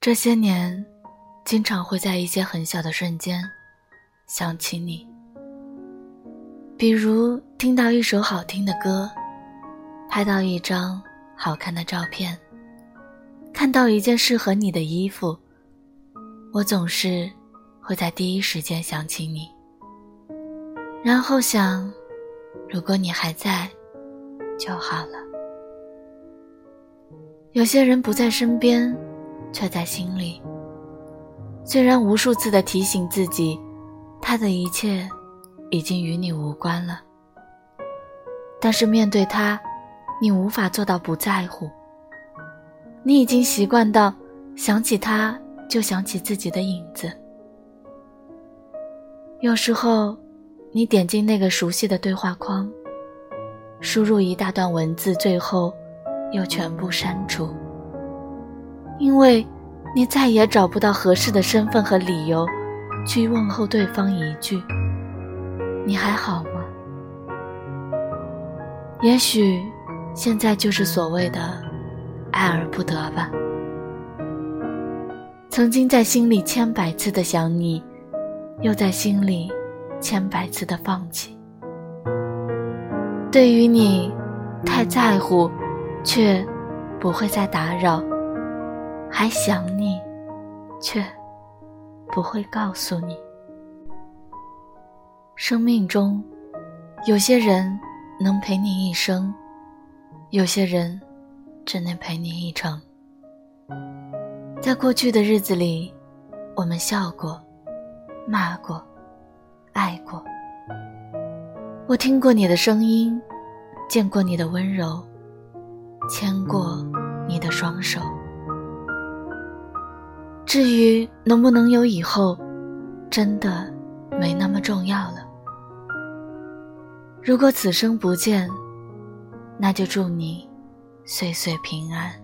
这些年经常会在一些很小的瞬间想起你，比如听到一首好听的歌，拍到一张好看的照片，看到一件适合你的衣服，我总是会在第一时间想起你，然后想，如果你还在就好了。有些人不在身边，却在心里。虽然无数次的提醒自己，他的一切已经与你无关了，但是面对他，你无法做到不在乎。你已经习惯到想起他就想起自己的影子。有时候你点进那个熟悉的对话框，输入一大段文字，最后又全部删除，因为你再也找不到合适的身份和理由去问候对方一句你还好吗？也许现在就是所谓的爱而不得吧。曾经在心里千百次的想你，又在心里千百次的放弃。对于你太在乎，却不会再打扰，还想你，却不会告诉你。生命中有些人能陪你一生，有些人只能陪你一程。在过去的日子里，我们笑过，骂过，爱过。我听过你的声音，见过你的温柔，牵过你的双手。至于能不能有以后，真的没那么重要了。如果此生不见，那就祝你岁岁平安。